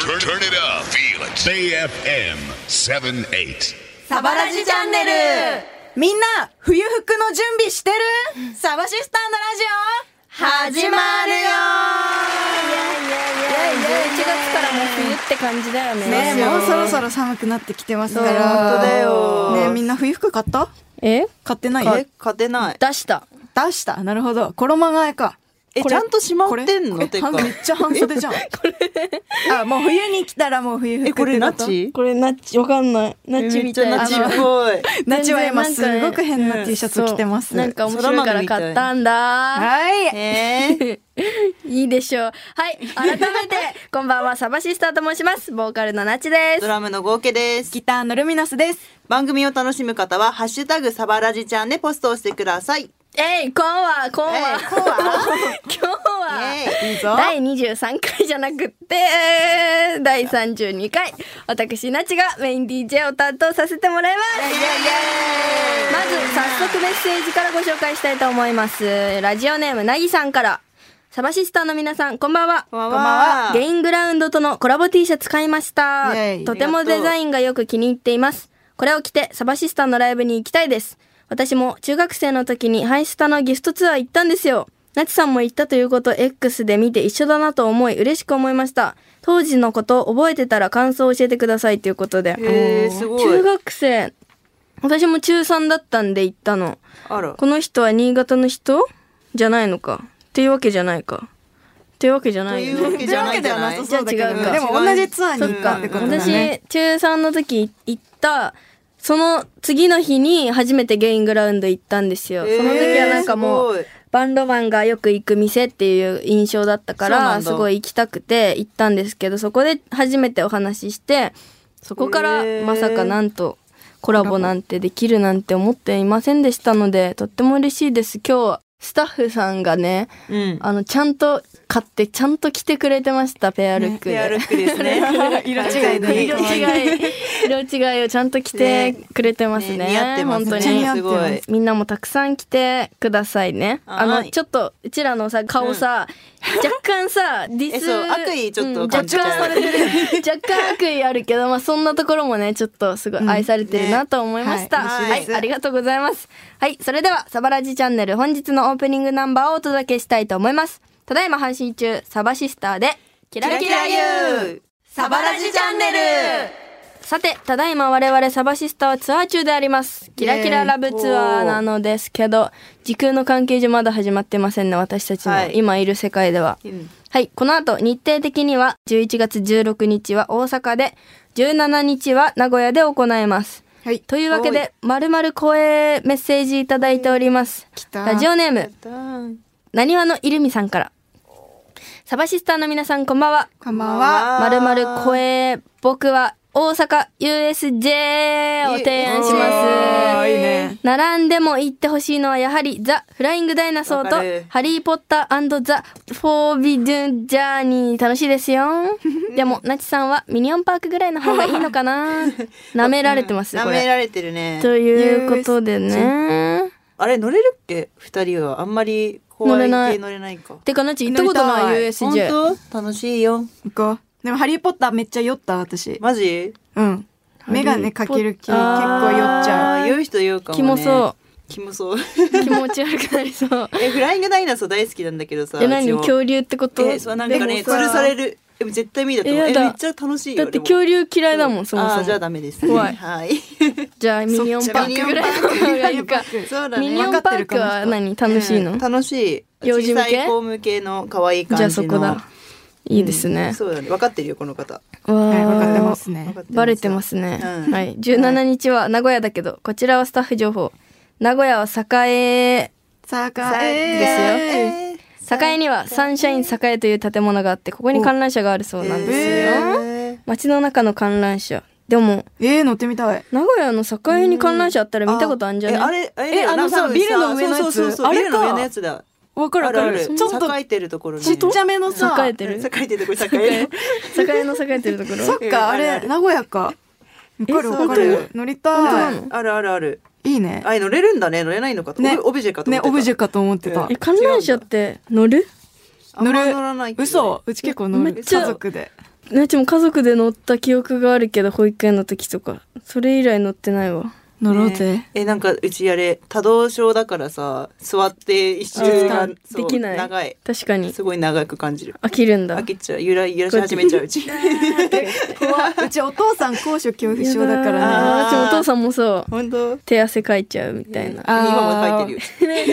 Turn it up. Feel it. BFM 78. サバラジチャンネル。みんな冬服の準備してる？サバシスターのラジオ始まるよ。 11月からもう冬って感じだよね。 ね、もうそろそろ寒くなってきてますから。 本当だよ。 ね、みんな冬服買った？買ってない？ 買ってない。 出した。 なるほど。衣替えか。 ちゃんとしまってんの？てかめっちゃ半袖じゃん。あ、もう冬に来たらもう冬服ってこと？ これナチ？ これナチわかんない。ナチみたいな。 ナチっぽい。 ナチは今すごく変な T シャツ着てます。 なんか面白いから買ったんだ。 はい。 いいでしょう。はい。改めてこんばんは、サバシスターと申します。ボーカルのナチです。 ドラムの合計です。 ギターのルミナスです。 番組を楽しむ方はハッシュタグサバラジちゃんでポストをしてください。 今日は第23回じゃなくって第32回、私ナチがメイン DJ を担当させてもらいます。まず早速メッセージからご紹介したいと思います。ラジオネームなぎさんから。サバシスターの皆さん、こんばんは。 こんばんは。 ゲイングラウンドとのコラボ T シャツ買いました。とてもデザインがよく気に入っています。これを着てサバシスターのライブに行きたいです。私も中学生の時にハイスタのギフトツアー行ったんですよ。ナチさんも行ったということを X で見て一緒だなと思い嬉しく思いました。当時のことを覚えてたら感想を教えてくださいということで。 すごい。 中学生、私も中3だったんで行ったの。 あら。 この人は新潟の人じゃないのかっていうわけじゃないか。っていうわけじゃないよね。 というわけじゃないんじゃない？ じゃあ違うか。 でも同じツアーに行ったってことだね。 私中3の時行ったその次の日に初めてゲイングラウンド行ったんですよ。その時はなんかもうバンドマンがよく行く店っていう印象だったからすごい行きたくて行ったんですけど、そこで初めてお話しして、そこからまさかなんとコラボなんてできるなんて思っていませんでしたので、とっても嬉しいです。今日はスタッフさんがね、ちゃんと買ってちゃんと着てくれてました。ペアルックで。 ペアルックですね。 色違いで。 色違いをちゃんと着てくれてますね。 似合ってます。 本当にすごい。 みんなもたくさん着てくださいね。ちょっとうちらのさ顔さ、若干さディス、 悪意ちょっと感じちゃう。 若干悪意あるけど、そんなところもねちょっとすごい愛されてるなと思いました。はい、ありがとうございます。はい、それではサバラジチャンネル本日のオープニングナンバーをお届けしたいと思います。ただいま配信中、サバシスターでキラキラ U サバラジチャンネル。 さて、ただいま我々サバシスターはツアー中であります。キラキララブツアーなのですけど、時空の関係上まだ始まってませんね、私たちの今いる世界では。はい、この後日程的には11月16日は大阪で、17日は名古屋で行います。はい、というわけで、まるまる声メッセージいただいております。ラジオネーム、なにわのいるみさんから。サバシスターの皆さん、こんばんは。 こんばんは。 まるまる声、僕は大阪 USJ を提案します。 いいね。 並んでも行ってほしいのはやはりザ・フライング・ダイナソーとハリー・ポッター&ザ・フォービドゥ・ジャーニー楽しいですよ。でもナチさんはミニオンパークぐらいの方がいいのかな。舐められてますこれ。 舐められてるね。 ということでね。 あれ乗れるっけ2人は。あんまり怖い系乗れないか。 てかナチ行ったことない USJ。 本当？楽しいよ。 行こう。でもハリーポッターめっちゃ酔った私。 マジ？ うん。メガネかける気結構酔っちゃう。 酔う人酔うかもね。 キモそう。 キモそう。 気持ち悪くなりそう。 フライングダイナソー大好きなんだけどさ。 何恐竜ってこと？ そうなんかね吊るされる。絶対見だと思う。めっちゃ楽しいよ。 だって恐竜嫌いだもんそもそも。 じゃあダメです。 怖い。 はい。 じゃあミニオンパークぐらいの方がいいか。 そうだね。 ミニオンパークは何楽しいの？ 楽しい。 幼児向け？ 小さい子向けの可愛い感じの。 じゃあそこだ。いいですね。 そうだね。分かってるよこの方。 はい分かってますね。 バレてますね。はい。17日は名古屋だけど、こちらはスタッフ情報。名古屋は栄ですよ。栄にはサンシャイン栄という建物があって、ここに観覧車があるそうなんですよ。街の中の観覧車。でも乗ってみたい。 名古屋の栄に観覧車あったら見たことあるんじゃない？ あれさビルの上のやつ。 あれビルの上のやつだ。 わかるわかる。 ちょっと栄えてるところね。 ちっちゃめのさ。 栄えてる。 栄えてるところ。栄えてるところ。 そっかあれ名古屋か。わかるわかる。乗りたい。 ある。 いいね。 乗れるんだね。乗れないのかと。オブジェかと思ってた。 ねオブジェかと思ってた。 観覧車って乗る？ 乗らない。 嘘。うち結構乗る。家族で。 なちも家族で乗った記憶があるけど、保育園の時とか。それ以来乗ってないわ。 乗ろうぜ。 なんかうち多動症だからさ、座って一周ができない。 長い。 確かに。 すごい長く感じる。 飽きるんだ。 飽きちゃう。揺らし始めちゃううち。 うちお父さん高所恐怖症だからね。 うちお父さんもそう。 本当。 手汗かいちゃうみたいな。 今もかいてるよ。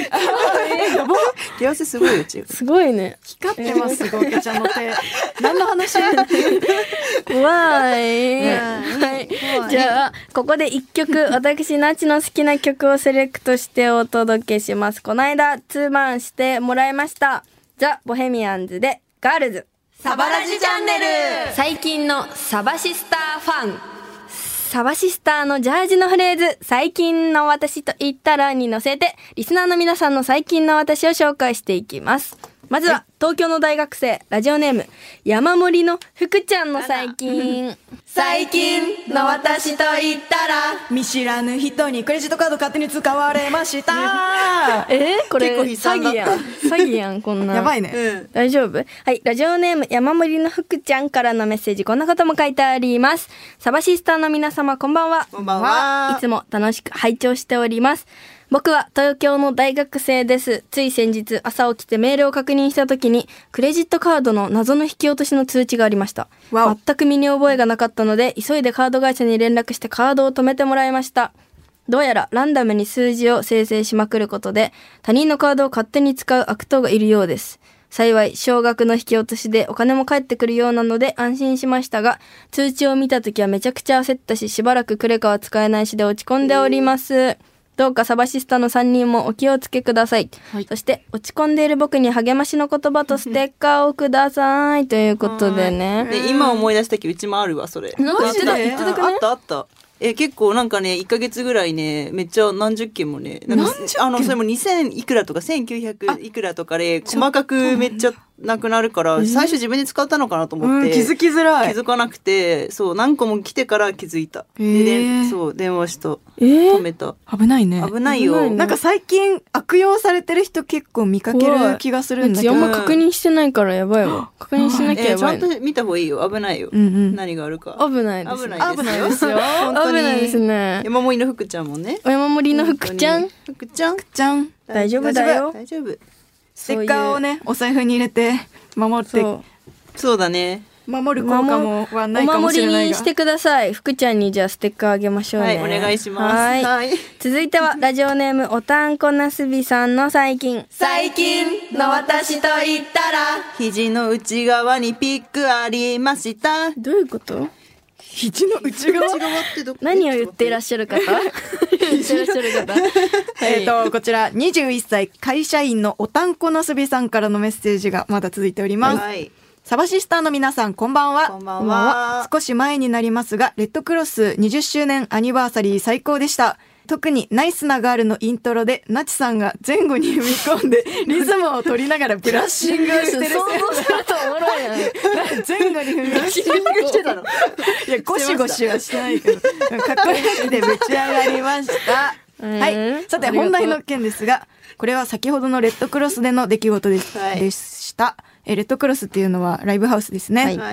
手汗すごいうち。 すごいね。 光ってます、ゴーケちゃんの手。何の話？ 怖い。はい。じゃあ、ここで一曲、私、ナチの好きな曲をセレクトしてお届けします。この間、ツーマンしてもらいました。ザ・ボヘミアンズで、ガールズ。 サバラジチャンネル。 最近のサバシスターファン。サバシスターのジャージのフレーズ、最近の私と言ったらに乗せて、リスナーの皆さんの最近の私を紹介していきます。まずは、東京の大学生、ラジオネーム、山盛りの福ちゃんの最近。 最近の私と言ったら、見知らぬ人にクレジットカード勝手に使われました。 これ、 結構悲惨だった詐欺やん、こんな。 やばいね。 大丈夫？はい。ラジオネーム、山盛りの福ちゃんからのメッセージ、こんなことも書いてあります。サバシスターの皆様、こんばんは。 こんばんは。 いつも楽しく拝聴しております。僕は東京の大学生です。つい先日朝起きてメールを確認した時にクレジットカードの謎の引き落としの通知がありました。全く身に覚えがなかったので急いでカード会社に連絡してカードを止めてもらいました。どうやらランダムに数字を生成しまくることで他人のカードを勝手に使う悪党がいるようです。幸い少額の引き落としでお金も返ってくるようなので安心しましたが、通知を見た時はめちゃくちゃ焦ったし、しばらくクレカは使えないしで落ち込んでおります。どうかサバシスタの3人もお気をつけください。はい、そして落ち込んでいる僕に励ましの言葉とステッカーをくださいということでね。 今思い出した時うちもあるわそれ。 なんか言ってたね。 あった。結構なんかね1ヶ月ぐらいねめっちゃ何十件もねなんかそれも2000いくらとか1900いくらとかで細かくめっちゃなくなるから最初自分で使ったのかなと思って、 気づきづらい。 気づかなくてそう何個も来てから気づいた。でそう電話した止めた。 危ないね。 危ないよ。 なんか最近悪用されてる人結構見かける気がするんだけど、 あんま確認してないからやばいわ。確認しなきゃやばい。 ちゃんと見た方がいいよ。危ないよ。何があるか。 危ないです。 危ないですよ。 危ないですね。 山盛りの福ちゃんもね。 山盛りの福ちゃん。 福ちゃん大丈夫だよ。 大丈夫。 ステッカーをねお財布に入れて守って。 そうだね。 守る効果もはないかもしれないが。 お守りにしてください。福ちゃんにじゃあステッカーあげましょうね。 はい、お願いします。はい。 続いてはラジオネームおたんこなすびさんの最近の私と言ったら、 肘の内側にピックありました。 どういうこと？ 肘の内側ってどこ？ 何を言っていらっしゃる方？言ってらっしゃる方。 こちら21歳会社員のおたんこなすびさんからのメッセージがまだ続いております。はい。サバシスターの皆さんこんばんは。 こんばんは。 少し前になりますがレッドクロス20周年アニバーサリー最高でした。特にナイスなガールのイントロでナチさんが前後に踏み込んでリズムを取りながらブラッシングをしてる。 想像するとおもろいやん。 前後に踏み込んでしてたの？ いやゴシゴシはしてないけどかっこよくてぶち上がりました。はい。さて本題の件ですが、これは先ほどのレッドクロスでの出来事でした。レッドクロスっていうのはライブハウスですね。はい。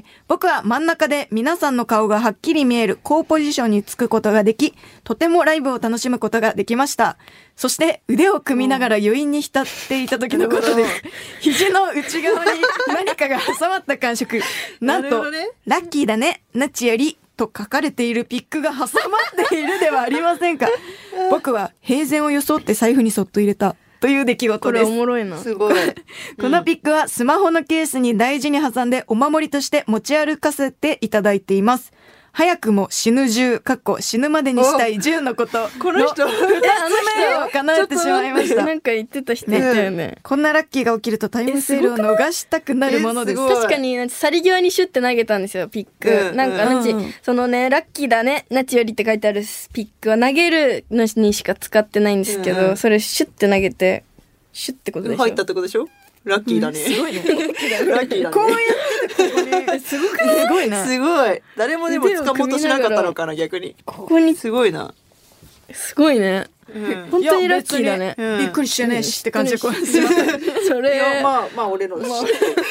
僕は真ん中で皆さんの顔がはっきり見える高ポジションにつくことができ、とてもライブを楽しむことができました。そして腕を組みながら余韻に浸っていた時のことです。肘の内側に何かが挟まった感触。なんと、ラッキーだね、ナチよりと書かれているピックが挟まっているではありませんか。僕は平然を装って財布にそっと入れた。という出来事です。 これおもろいな。 すごい。 このピックはスマホのケースに大事に挟んでお守りとして持ち歩かせていただいています。早くも死ぬ10死ぬまでにしたい10のことこの人 2つ目を叶えてしまいました。 なんか言ってた人いたよね。 こんなラッキーが起きるとタイムセールを逃したくなるものです。 確かに去り際にシュッて投げたんですよピック。なんかナチそのねラッキーだねナチよりって書いてあるピックは投げるのにしか使ってないんですけど、それシュッて投げてシュッてことでしょ。 入ったってことでしょ。ラッキーだね。 すごいね。 ラッキーだね。 こうやってここにすごいな。 すごい。誰もでも掴もうとしなかったのかな逆に。 ここにすごいな。 すごいね。本当にラッキーだね。 びっくりしてねえしって感じで、こうそれまあ俺のちょっ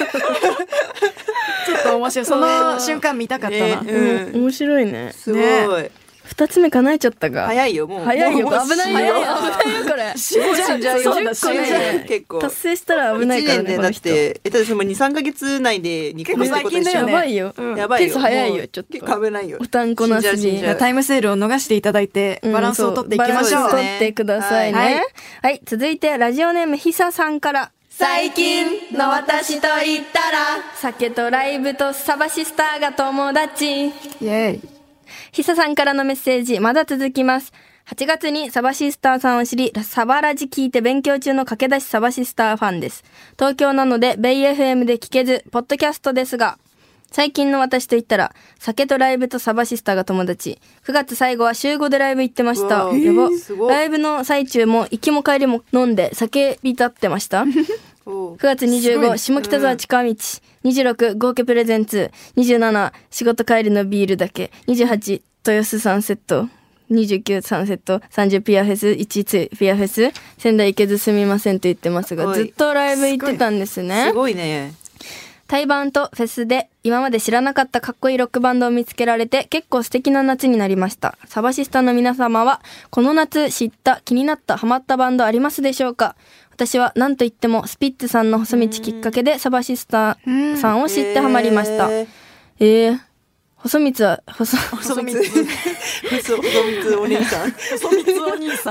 と面白い。その瞬間見たかったな。 面白いね。 すごい。 2つ目叶えちゃったが。 早いよ、もう。 早いよ。 もう危ないよ。危ないよ、これ。 死んじゃうよ。 10個ね、 結構。 達成したら危ないからね。 1年でだって、だってその2、3ヶ月内で2個目ってことでしょ。 やばいよ。 やばいよ。 結構早いよ、ちょっと。 結構危ないよ。 おたんこなすぎ。 タイムセールを逃していただいて、バランスを取っていきましょう。 取ってくださいね。はい。続いて、ラジオネームひささんから。最近の私と言ったら、酒とライブとサバシスターが友達。 イェイ。 ひささんからのメッセージ、まだ続きます。8月にサバシスターさんを知り、サバラジ聞いて勉強中の駆け出しサバシスターファンです。東京なので、ベイ FM で聞けず、ポッドキャストですが、最近の私と言ったら、酒とライブとサバシスターが友達。9月最後は週5でライブ行ってました。やば。ライブの最中も行きも帰りも飲んで酒びたってました。9月25、下北沢近道。26、合計プレゼンツ。27、仕事帰りのビールだけ。28、豊洲3セット。29、3セット。30、ピアフェス。1、ピアフェス。仙台行けずすみませんと言ってますが、ずっとライブ行ってたんですね。 すごいね。 対バンとフェスで今まで知らなかったかっこいいロックバンドを見つけられて結構素敵な夏になりました。サバシスタの皆様はこの夏知った気になったハマったバンドありますでしょうか？私は何と言ってもスピッツさんの細道きっかけでサバシスタさんを知ってハマりました。細光は細光お姉さん細光お兄さん細道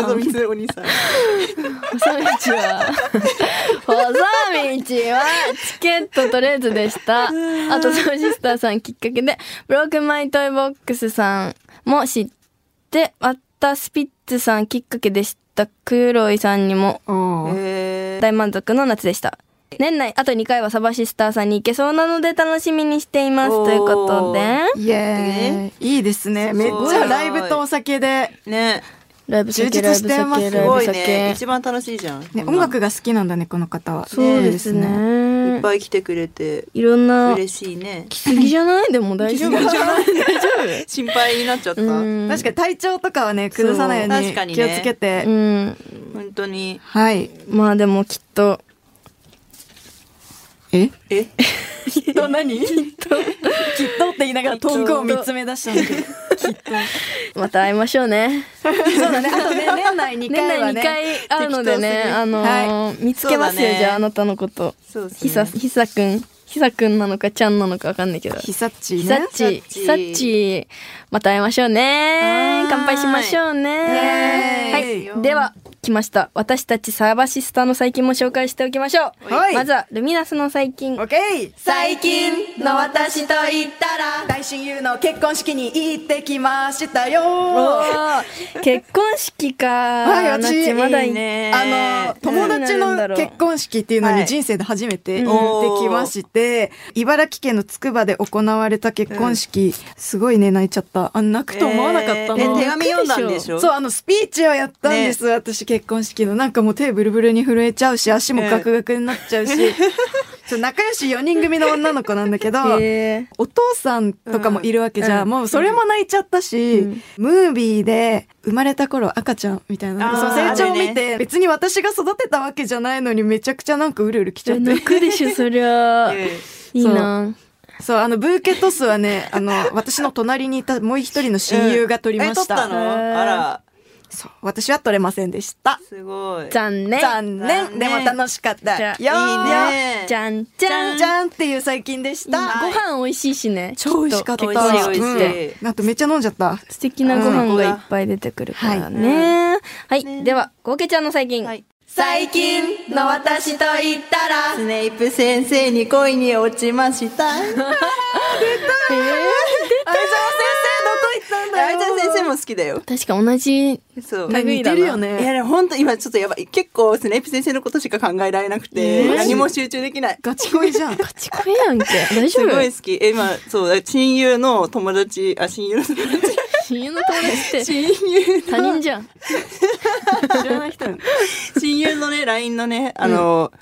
はチケット取れずでした。あとサバシスターさんきっかけでブロークンマイトイボックスさんも知ってまたスピッツさんきっかけでしたクロイさんにも大満足の夏でした。年内あと2回はサバシスターさんに行けそうなので楽しみにしていますということで、 イエーイ、いいですね。めっちゃライブとお酒でね、 ライブ酒充実してます。 ライブ酒、 ね、一番楽しいじゃん、 ね、音楽が好きなんだねこの方は。 そうですね、 いっぱい来てくれていろんな嬉しいね。 来すぎじゃないでも大丈夫大丈夫心配になっちゃった。 確かに体調とかはね崩さないように気をつけて、 本当に。 はい。 まあでもきっときっと何？きっとって言いながら遠くを見つめ出したんだけど、きっとまた会いましょうね。 そうだね。あとね、年内2回はね、 年内2回会うのでね、見つけますよ、じゃああなたのこと。ひさくんなのかちゃんなのかわかんないけど、 ひさっちね。 ひさっちまた会いましょうね。乾杯しましょうね。はい、では来ました。私たちサバシスターの最近も紹介しておきましょう。まずはルミナスの最近。 最近の私と言ったら大親友の結婚式に行ってきましたよ。 結婚式か。 はい、私まだ友達の結婚式っていうのに人生で初めて行ってきまして、茨城県のつくばで行われた結婚式、すごいね泣いちゃった。泣くと思わなかったの。 手紙読んだんでしょ？ そう、スピーチをやったんです、私結婚式の。なんかもう手ブルブルに震えちゃうし、足もガクガクになっちゃうし、仲良し4人組の女の子なんだけど、お父さんとかもいるわけじゃん。もうそれも泣いちゃったし、ムービーで生まれた頃赤ちゃんみたいな、その成長を見て、別に私が育てたわけじゃないのにめちゃくちゃなんかうるうるきちゃって。 泣くでしょ、そりゃ。いいな。 そう、ブーケトスはね、私の隣にいたもう一人の親友が撮りました。 撮ったの？あら。 そう、私は撮れませんでした。 すごい。 残念。 でも楽しかった。 いいね。 じゃんじゃんじゃんっていう最近でした。 ご飯美味しいしね。 超美味しかった。 美味しい。 あとめっちゃ飲んじゃった。 素敵なご飯がいっぱい出てくるからね。はい。では、ゴーケちゃんの最近。 最近の私と言ったらスネイプ先生に恋に落ちました。出た。相沢先生も好きだよ。 確か同じ。 そう。 似てるよね。 いや、本当今ちょっとやばい。結構スネイプ先生のことしか考えられなくて、何も集中できない。 ガチ恋じゃん。 ガチ恋やんけ。大丈夫？ すごい好き。今、そう、親友の友達、親友の友達。 親友の友達って親友他人じゃん。 知らない人。 親友のね、LINE のね、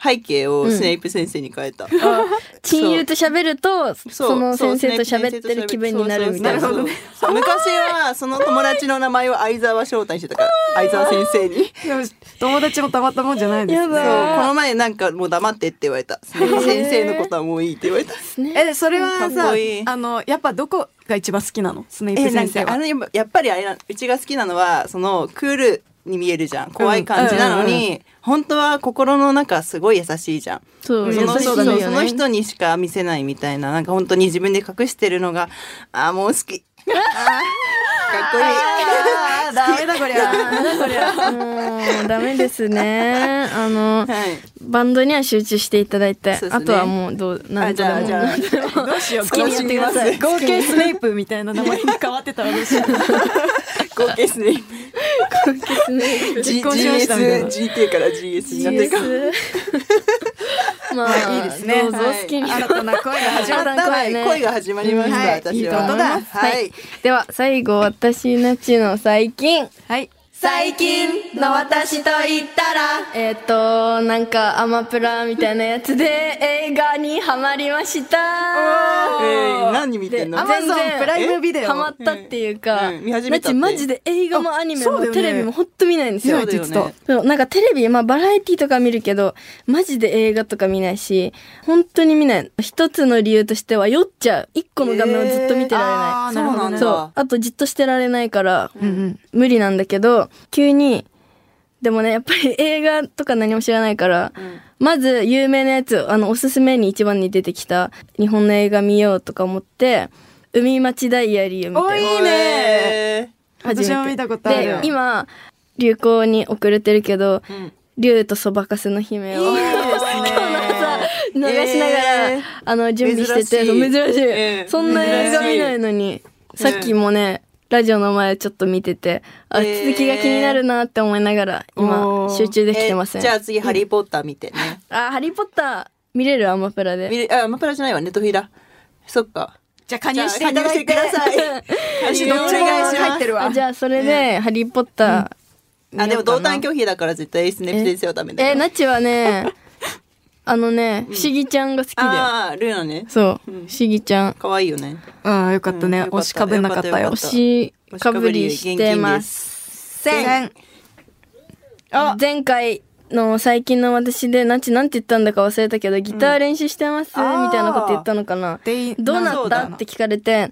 背景をスネイプ先生に変えた。 親友と喋るとその先生と喋ってる気分になるみたいな。 そう昔はその友達の名前を相沢翔太にしてたから、相沢先生に。 友達もたまったもんじゃないですね。 そう、この前なんかもう黙ってって言われた。先生のことはもういいって言われた。 それはさ、 かっこいい。 やっぱどこが一番好きなの？スネイプ先生は。 やっぱりあれうちが好きなのはそのクールに見えるじゃん、怖い感じなのに、本当は心の中すごい優しいじゃん。 そう、 そのそうだね。 その人にしか見せないみたいな、なんか本当に自分で隠してるのがもう好き。かっこいい。 ダメだこりゃ。 もうダメですね。バンドには集中していただいて、あとはもうなんじゃあどうしよう。 好きにやってください。 合計スネイプみたいな名前に変わってたらどうしよう。 合計スネイプ。 実行しましたみたいな。 GK から GS になってる。 まあいいですね。 どうぞ好きに。 新たな恋が始まった。 恋が始まりました。私は。 いいことだ。 はい。では最後、私なちの最近。 はい。 最近の私と言ったらなんかアマプラみたいなやつで映画にハマりました。 何見てんの？ アマゾンプライムビデオハマったっていうか、 見始めたって。 マジで映画もアニメもテレビもほんと見ないんですよ。 そうなんかテレビ、バラエティとか見るけどマジで映画とか見ないし、本当に見ない。一つの理由としては酔っちゃう。一個の画面をずっと見てられない。 なるほどね。 そう。あとじっとしてられないから、無理なんだけど、急にでもね、やっぱり映画とか何も知らないから、まず有名なやつ、おすすめに一番に出てきた日本の映画見ようとか思って海町ダイアリーを見て。 お、いいね。私も見たことある。 で今流行に遅れてるけど、竜とそばかすの姫をいいですね。 今日の朝流しながら、準備してて、珍しい、そんな映画見ないのに、さっきもねラジオの前ちょっと見てて、続きが気になるなって思いながら今集中できてません。 じゃあ次ハリーポッター見てね。 ハリーポッター見れる？アマプラで。 アマプラじゃないわ、ネットフリだ。そっか。 じゃあ加入していただいてください。 私どっちも入ってるわ。 じゃあそれでハリーポッター、 でも同担拒否だから絶対スネープ先生はダメだよ。 ナチはね不思議ちゃんが好きだよ。 ルーナね。 そう、不思議ちゃん可愛いよね。 よかったね。推しかぶんなかったよ。 推しかぶりしてますせん。前回の最近の私でナチなんて言ったんだか忘れたけど、ギター練習してます、みたいなこと言ったのかな。どうなったって聞かれて、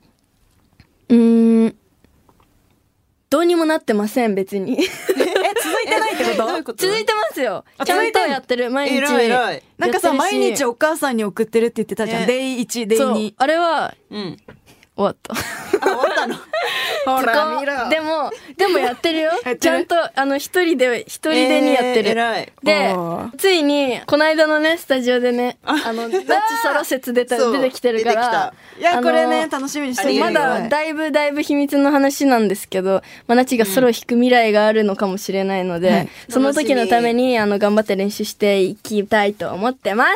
どうにもなってません、別に。 続いてないってこと？ 続いてますよ。ちゃんとやってる、毎日。 なんかさ、毎日お母さんに送ってるって言ってたじゃん。デイ1、デイ2。 あれは、終わった。 終わったの？ ほら見ろ。 でもやってるよ。ちゃんと一人でにやってる。で、ついにこの間のねスタジオでね、ナチソロ説出てきてるから、 いやこれね楽しみにしてる。 まだだいぶ秘密の話なんですけど、ナチがソロ弾く未来があるのかもしれないので、その時のために頑張って練習していきたいと思ってます。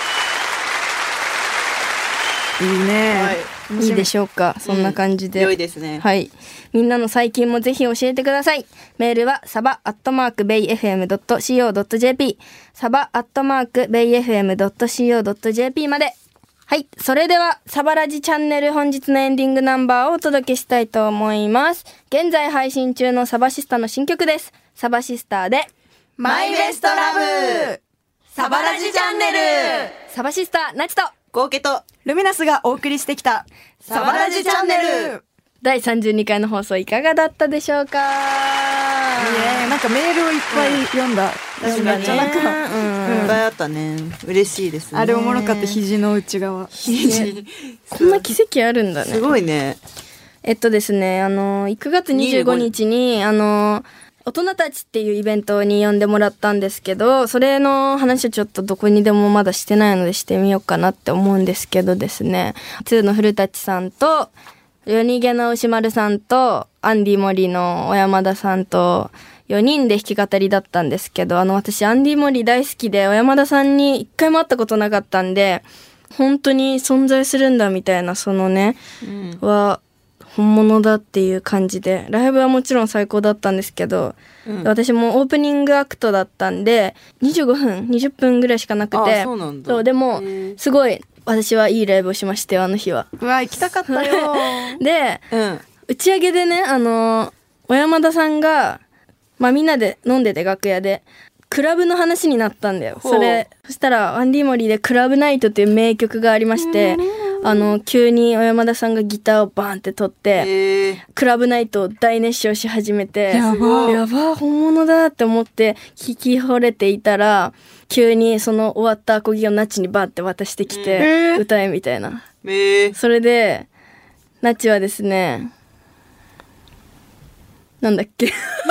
いいね。 いいでしょうか。そんな感じで。 良いですね。 はい。みんなの最近もぜひ教えてください。メールはサバ@bayfm.co.jp サバ@bayfm.co.jp まで。はい。それではサバラジチャンネル本日のエンディングナンバーをお届けしたいと思います。現在配信中のサバシスタの新曲です。サバシスターでマイベストラブサバラジチャンネル。 サバシスターナチとゴーケとルミナスがお送りしてきたサバラジチャンネル第32回の放送いかがだったでしょうか？ なんかメールをいっぱい読んだ。 確かにね。いっぱいあったね。嬉しいですね。 あれおもろかった、肘の内側。 こんな奇跡あるんだね。 すごいね。 ですね、9月25日に大人たちっていうイベントに呼んでもらったんですけど、それの話をちょっとどこにでもまだしてないのでしてみようかなって思うんですけどですね、2の古舘さんと夜逃げの牛丸さんとアンディモリの小山田さんと4人で弾き語りだったんですけど、私アンディモリ大好きで小山田さんに一回も会ったことなかったんで、本当に存在するんだみたいなそのね、は本物だっていう感じで、ライブはもちろん最高だったんですけど、私もオープニングアクトだったんで25分20分ぐらいしかなくて、 そうなんだ。 でもすごい私はいいライブをしまして、あの日は。 うわ行きたかったよで、打ち上げでね、小山田さんが、みんなで飲んでて楽屋でクラブの話になったんだよ。そしたらワンディモリーでクラブナイトっていう名曲がありまして、急に小山田さんがギターをバーンって取って、クラブナイトを大熱唱し始めて、やば本物だって思って聞き惚れていたら、急にその終わったアコギをナチにバーって渡してきて、歌えみたいな。それでナチはですね、なんだっけ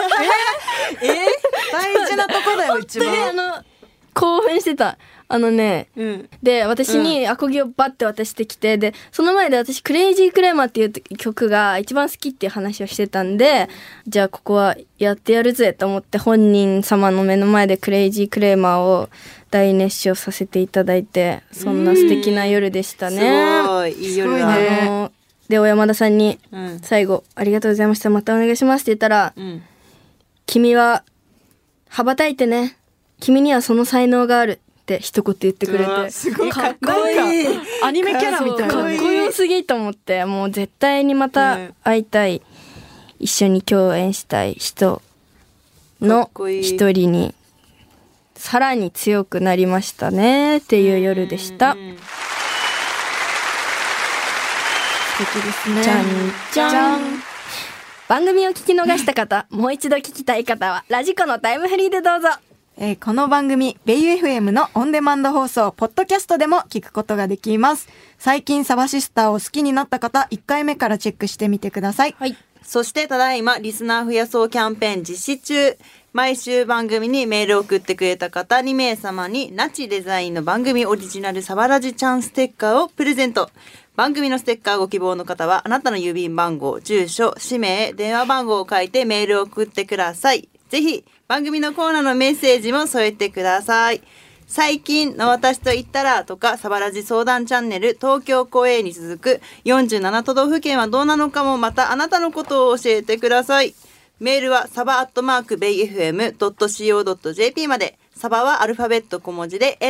大事なとこだよ一番。 興奮してた。で、私にアコギをバッて渡してきて、で、その前で私、クレイジークレーマーっていう曲が一番好きっていう話をしてたんで、じゃあここはやってやるぜと思って、本人様の目の前でクレイジークレーマーを大熱唱させていただいて、そんな素敵な夜でしたね。 すごい、いい夜だね。で、小山田さんに、最後、ありがとうございました。またお願いしますって言ったら、君は、羽ばたいてね。君にはその才能があるって一言言ってくれて。 すごいかっこいい。アニメキャラみたいな。 かっこよすぎと思って、もう絶対にまた会いたい、一緒に共演したい人の一人に、さらに強くなりましたねっていう夜でした。 素敵ですね。 じゃんじゃん。番組を聞き逃した方、もう一度聞きたい方はラジコのタイムフリーでどうぞ。 この番組ベイ FM のオンデマンド放送ポッドキャストでも聞くことができます。最近サバシスターを好きになった方、1回目からチェックしてみてください。 はい。 そしてただいまリスナー増やそうキャンペーン実施中。毎週番組にメールを送ってくれた方2名様にナチデザインの番組オリジナルサバラジちゃんステッカーをプレゼント。番組のステッカーご希望の方はあなたの郵便番号、住所、氏名、電話番号を書いてメールを送ってください。ぜひ番組のコーナーのメッセージも添えてください。最近の私と言ったらとかサバラジ相談チャンネル東京公演に続く47都道府県はどうなのかも、またあなたのことを教えてください。メールはサバ@bayfm.co.jp まで。サバはアルファベット小文字で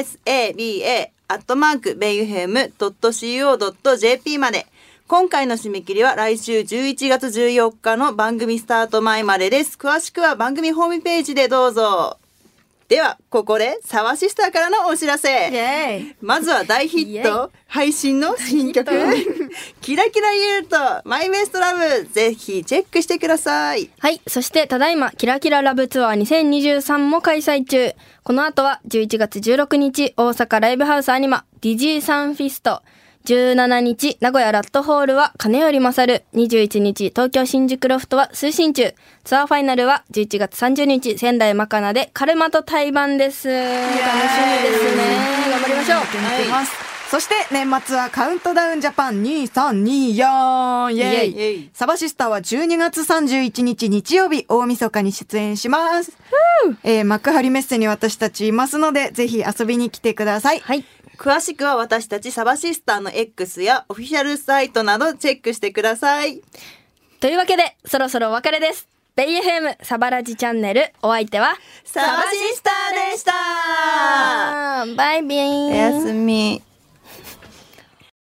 saba@bayfm.co.jp まで。今回の締め切りは来週11月14日の番組スタート前までです。詳しくは番組ホームページでどうぞ。ではここでサバシスターからのお知らせ。まずは大ヒット配信の新曲キラキラユートマイベストラブ、ぜひチェックしてください。 はい。そしてただいまキラキララブツアー2023も開催中。この後は11月16日大阪ライブハウスアニマディジーサンフィスト、17日名古屋ラットホールは金より勝る、21日東京新宿ロフトは推進中。ツアーファイナルは11月30日仙台マカナでカルマと対バンです。楽しみですね。頑張りましょう。 はい、そして年末はカウントダウンジャパン2324イエイ。サバシスターは12月31日日曜日大晦日に出演します。幕張メッセに私たちいますのでぜひ遊びに来てください。 はい。 詳しくは私たちサバシスターの X やオフィシャルサイトなどチェックしてください。 というわけでそろそろお別れです。ベイ FM サバラジチャンネル、お相手はサバシスターでした。 バイビー。 おやすみ。